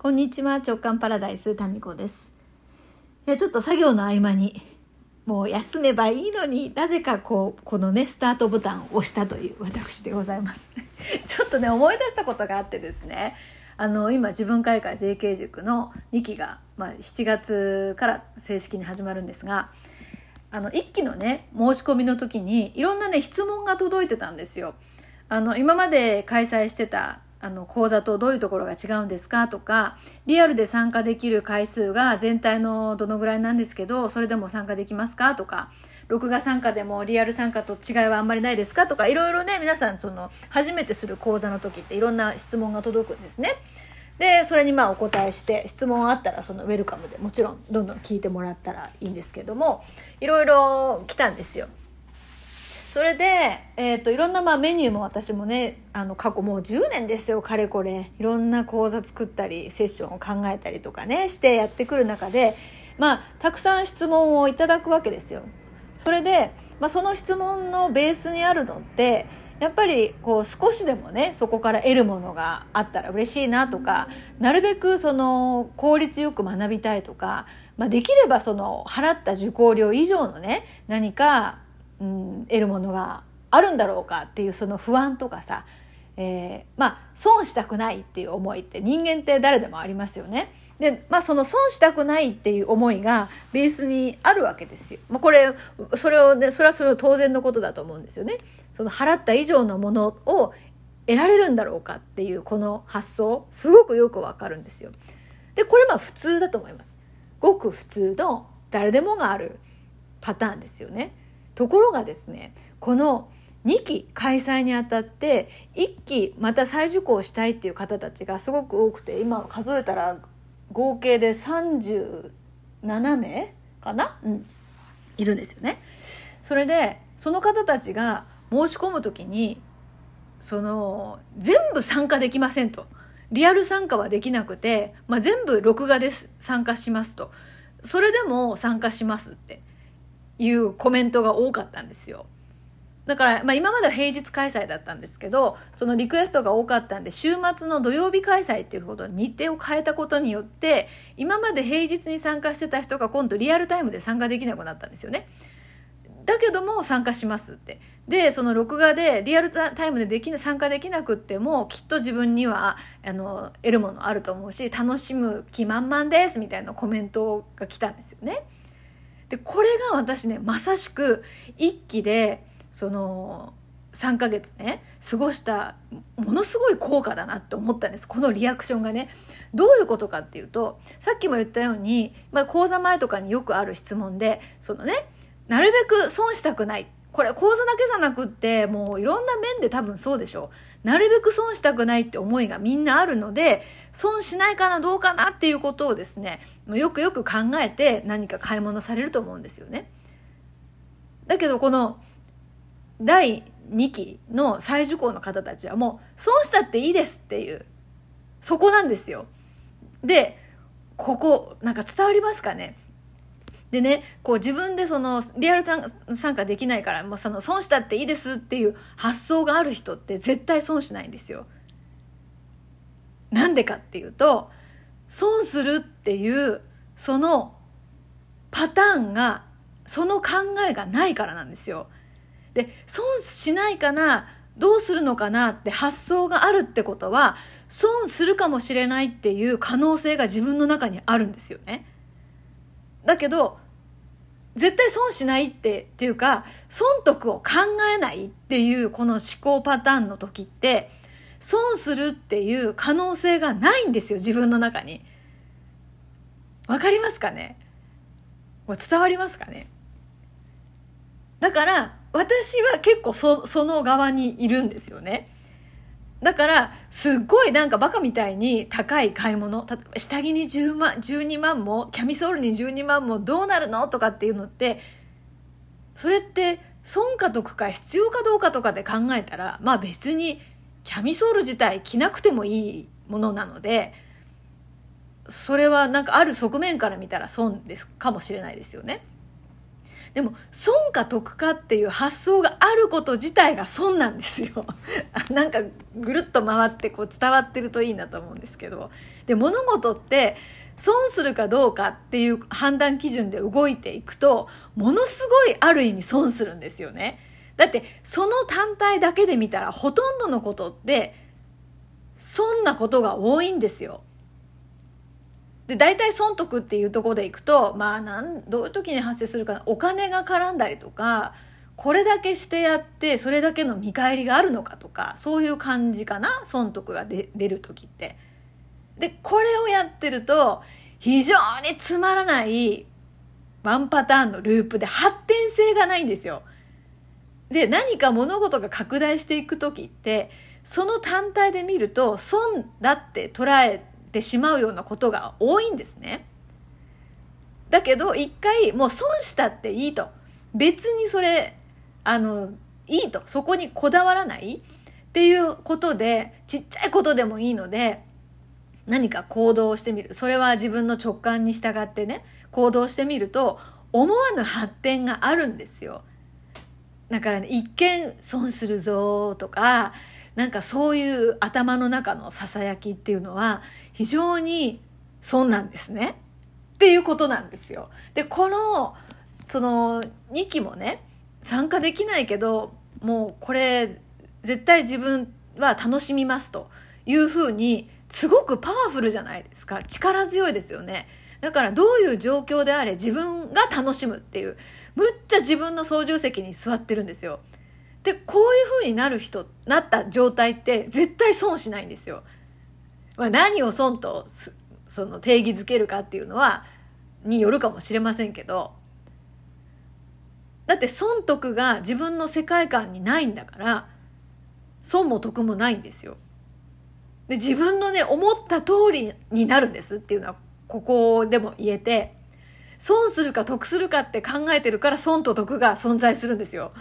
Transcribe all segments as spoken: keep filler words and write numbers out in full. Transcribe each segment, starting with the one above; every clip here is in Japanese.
こんにちは、直感パラダイスタミコです。いやちょっと作業の合間にもう休めばいいのになぜかこうこのねスタートボタンを押したという私でございますちょっとね思い出したことがあってですね、あの今自分会館 ジェーケー 塾のにきが、まあ、しちがつから正式に始まるんですが、あのいっきのね申し込みの時にいろんなね質問が届いてたんですよ。あの今まで開催してたあの講座とどういうところが違うんですかとか、リアルで参加できる回数が全体のどのぐらいなんですけどそれでも参加できますかとか、録画参加でもリアル参加と違いはあんまりないですかとか、いろいろね皆さんその初めてする講座の時っていろんな質問が届くんですね。でそれにまあお答えして、質問あったらそのウェルカムでもちろんどんどん聞いてもらったらいいんですけども、いろいろ来たんですよ。それで、えー、といろんなまあメニューも私もねあの過去もうじゅうねんですよ、かれこれいろんな講座作ったりセッションを考えたりとかねしてやってくる中で、まあたくさん質問をいただくわけですよ。それで、まあ、その質問のベースにあるのってやっぱりこう少しでもねそこから得るものがあったら嬉しいなとか、なるべくその効率よく学びたいとか、まあ、できればその払った受講料以上のね何かうん、得るものがあるんだろうかっていうその不安とかさ、えー、まあ損したくないっていう思いって人間って誰でもありますよね。で、まあその損したくないっていう思いがベースにあるわけですよ。まあ、これそれをねそれはそれは当然のことだと思うんですよね。その払った以上のものを得られるんだろうかっていうこの発想すごくよくわかるんですよ。でこれまあ普通だと思います。ごく普通の誰でもがあるパターンですよね。ところがですね、このにき開催にあたっていっきまた再受講したいっていう方たちがすごく多くて、今数えたら合計でさんじゅうななめいかな、うん、いるんですよね。それでその方たちが申し込むときにその全部参加できませんと、リアル参加はできなくて、まあ、全部録画で参加しますと、それでも参加しますっていうコメントが多かったんですよ。だから、まあ、今までは平日開催だったんですけど、そのリクエストが多かったんで週末の土曜日開催っていうことに日程を変えたことによって、今まで平日に参加してた人が今度リアルタイムで参加できなくなったんですよね。だけども参加しますって。でその録画でリアルタイムでできな参加できなくってもきっと自分にはあの得るものあると思うし楽しむ気満々ですみたいなコメントが来たんですよね。でこれが私ねまさしくいっきでそのさんかげつね過ごしたものすごい効果だなって思ったんです。このリアクションがねどういうことかっていうと、さっきも言ったように、まあ、講座前とかによくある質問で、そのねなるべく損したくない、これ講座だけじゃなくってもういろんな面で多分そうでしょう。なるべく損したくないって思いがみんなあるので、損しないかなどうかなっていうことをですねよくよく考えて何か買い物されると思うんですよね。だけどこのだいにきの再受講の方たちはもう損したっていいですっていうそこなんですよ。でここなんか伝わりますかね。でねこう自分でそのリアル参加できないからもうその損したっていいですっていう発想がある人って絶対損しないんですよ。なんでかっていうと、損するっていうそのパターンがその考えがないからなんですよ。で損しないかなどうするのかなって発想があるってことは損するかもしれないっていう可能性が自分の中にあるんですよね。だけど絶対損しないってっていうか損得を考えないっていうこの思考パターンの時って損するっていう可能性がないんですよ、自分の中に。わかりますかね。伝わりますかね。だから私は結構 そ, その側にいるんですよね。だからすっごいなんかバカみたいに高い買い物、下着にじゅうまんじゅうにまんもキャミソールにじゅうにまんもどうなるのとかっていうのって、それって損か得か必要かどうかとかで考えたらまあ別にキャミソール自体着なくてもいいものなので、それはなんかある側面から見たら損ですかもしれないですよね。 でも損か得かっていう発想があること自体が損なんですよなんかぐるっと回ってこう伝わってるといいなと思うんですけど、で物事って損するかどうかっていう判断基準で動いていくとものすごいある意味損するんですよね。だってその単体だけで見たらほとんどのことって損なことが多いんですよ。で大体損得っていうところでいくと、まあなんどういう時に発生するかな、お金が絡んだりとか、これだけしてやってそれだけの見返りがあるのかとか、そういう感じかな、損得が出る時って。でこれをやってると非常につまらないワンパターンのループで発展性がないんですよ。で何か物事が拡大していく時ってその単体で見ると損だって捉えてしまうようなことが多いんですね。だけど一回もう損したっていいと、別にそれあのいいと、そこにこだわらないっていうことで、ちっちゃいことでもいいので何か行動をしてみる、それは自分の直感に従ってね行動してみると思わぬ発展があるんですよ。だからね、一見損するぞとかなんかそういう頭の中のささやきっていうのは非常に損なんですねっていうことなんですよ。でこのそのにきもね参加できないけどもうこれ絶対自分は楽しみますというふうにすごくパワフルじゃないですか。力強いですよね。だからどういう状況であれ自分が楽しむっていう、むっちゃ自分の操縦席に座ってるんですよ。でこういう風になる人なった状態って絶対損しないんですよ。まあ、何を損とその定義づけるかっていうのはによるかもしれませんけど、だって損得が自分の世界観にないんだから損も得もないんですよ。で自分のね思った通りになるんですっていうのはここでも言えて、損するか得するかって考えてるから損と得が存在するんですよ。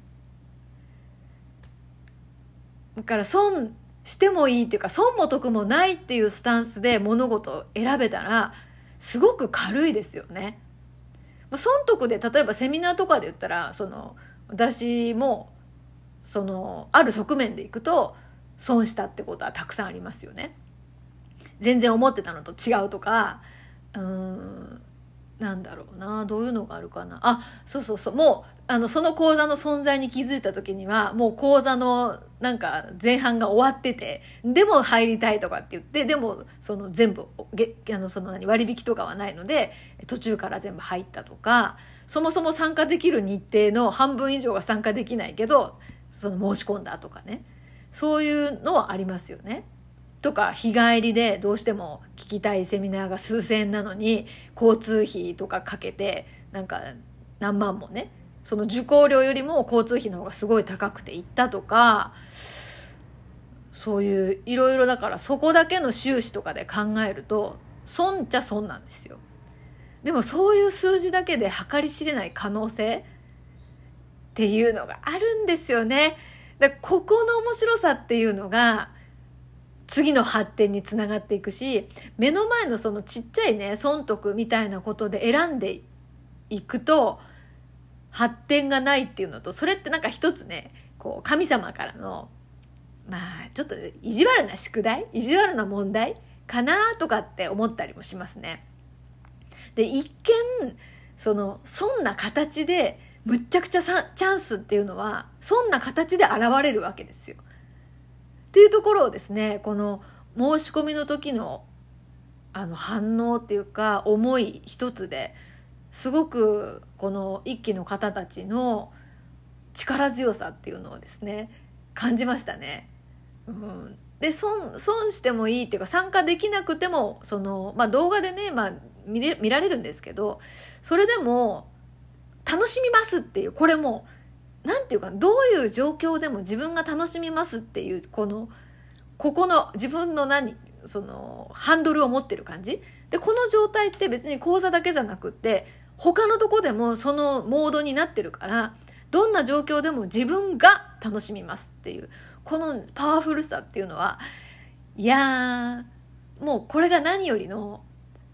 だから損してもいいっていうか損も得もないっていうスタンスで物事を選べたらすごく軽いですよね。損得で例えばセミナーとかで言ったらその私もそのある側面でいくと損したってことはたくさんありますよね。全然思ってたのと違うとか、うーんなんだろうな、どういうのがあるかなあ、そうそうそう、もうあのその講座の存在に気づいた時にはもう講座のなんか前半が終わってて、でも入りたいとかって言って、でもその全部げあのその何割引とかはないので途中から全部入ったとか、そもそも参加できる日程の半分以上が参加できないけどその申し込んだとかね、そういうのはありますよね。とか日帰りでどうしても聞きたいセミナーが数千円なのに交通費とかかけてなんか何万もね、その受講料よりも交通費の方がすごい高くて行ったとか、そういういろいろだからそこだけの収支とかで考えると損っちゃ損なんですよ。でもそういう数字だけで計り知れない可能性っていうのがあるんですよね。だからここの面白さっていうのが次の発展につながっていくし、目の前のそのちっちゃいね損得みたいなことで選んでいくと発展がないっていうのと、それってなんか一つねこう神様からのまあちょっと意地悪な宿題、意地悪な問題かなとかって思ったりもしますね。で一見その損な形でむっちゃくちゃさチャンスっていうのは損な形で現れるわけですよ。っていうところをですね、この申し込みの時のあの反応っていうか思い一つですごくこの一期の方たちの力強さっていうのをですね感じましたね。うん、で 損, 損してもいいっていうか参加できなくてもその、まあ、動画でね、まあ、見れ、見られるんですけど、それでも楽しみますっていう、これもなんていうかどういう状況でも自分が楽しみますっていうこのここの自分の何そのハンドルを持ってる感じで、この状態って別に講座だけじゃなくって他のとこでもそのモードになってるから、どんな状況でも自分が楽しみますっていうこのパワフルさっていうのは、いやーもうこれが何よりの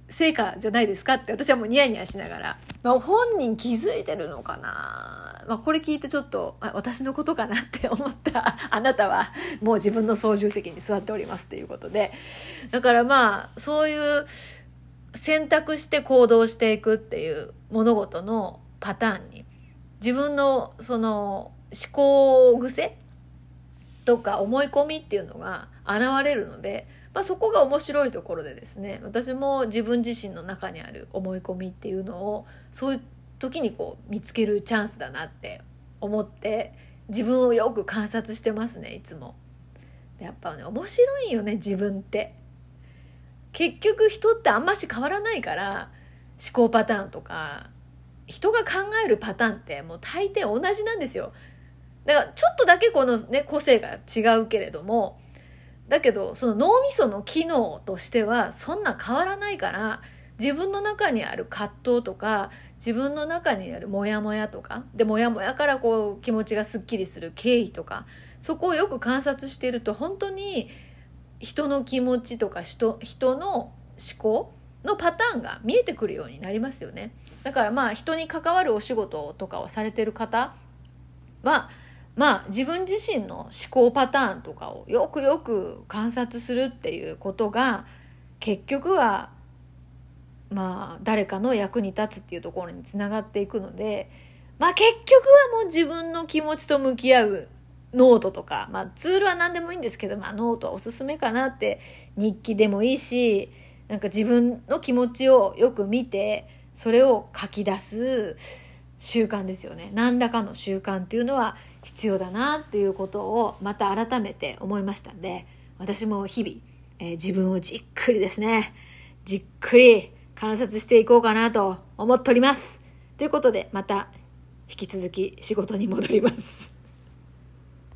成果じゃないですかって私はもうニヤニヤしながら、まあ、本人気づいてるのかな、まあ、これ聞いてちょっとあ私のことかなって思ったあなたはもう自分の操縦席に座っておりますということで、だからまあそういう選択して行動していくっていう物事のパターンに自分のその思考癖とか思い込みっていうのが現れるので、まあ、そこが面白いところでですね、私も自分自身の中にある思い込みっていうのをそういう時にこう見つけるチャンスだなって思って自分をよく観察してますね、いつも。でやっぱね面白いよね、自分って。結局人ってあんまし変わらないから、思考パターンとか人が考えるパターンってもう大抵同じなんですよ。だからちょっとだけこのね個性が違うけれども、だけどその脳みその機能としてはそんな変わらないから、自分の中にある葛藤とか自分の中にあるモヤモヤとかで、モヤモヤからこう気持ちがすっきりする経緯とか、そこをよく観察していると本当に人の気持ちとか人、人の思考のパターンが見えてくるようになりますよね。だからまあ人に関わるお仕事とかをされている方はまあ自分自身の思考パターンとかをよくよく観察するっていうことが結局はまあ誰かの役に立つっていうところにつながっていくので、まあ結局はもう自分の気持ちと向き合うノートとか、まあツールは何でもいいんですけど、まあノートはおすすめかなって。日記でもいいし、なんか自分の気持ちをよく見てそれを書き出す習慣ですよね。何らかの習慣っていうのは必要だなっていうことをまた改めて思いましたんで、私も日々、えー、自分をじっくりですねじっくり観察していこうかなと思っております。ということでまた引き続き仕事に戻ります。